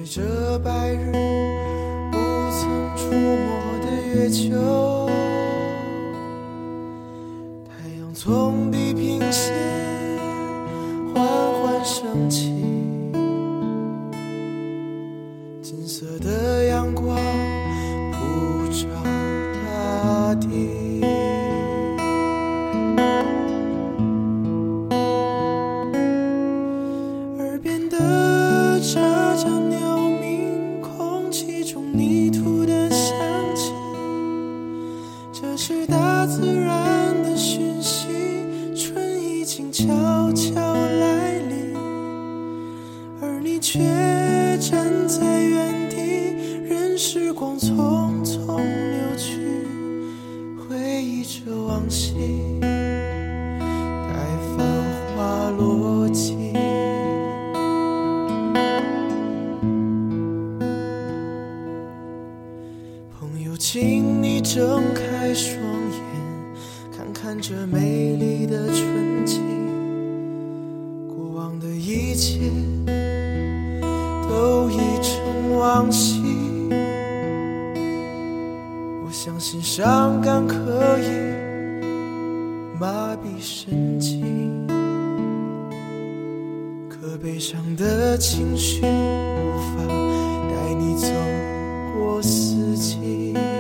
着白日不曾触摸的月球，太阳从地平线缓缓升起，金色的阳光普照大地，耳边的喳喳鸟鸣，空气中泥土的香气，这是大自然的讯息，春已经悄悄来临，而你却站在原地，任时光匆匆流去，回忆着往昔，待繁华落尽。朋友，请你睁开双眼，看看这美丽的春景，过往的一切都已成往昔。我相信伤感可以麻痹神经，可悲伤的情绪无法带你走过四季。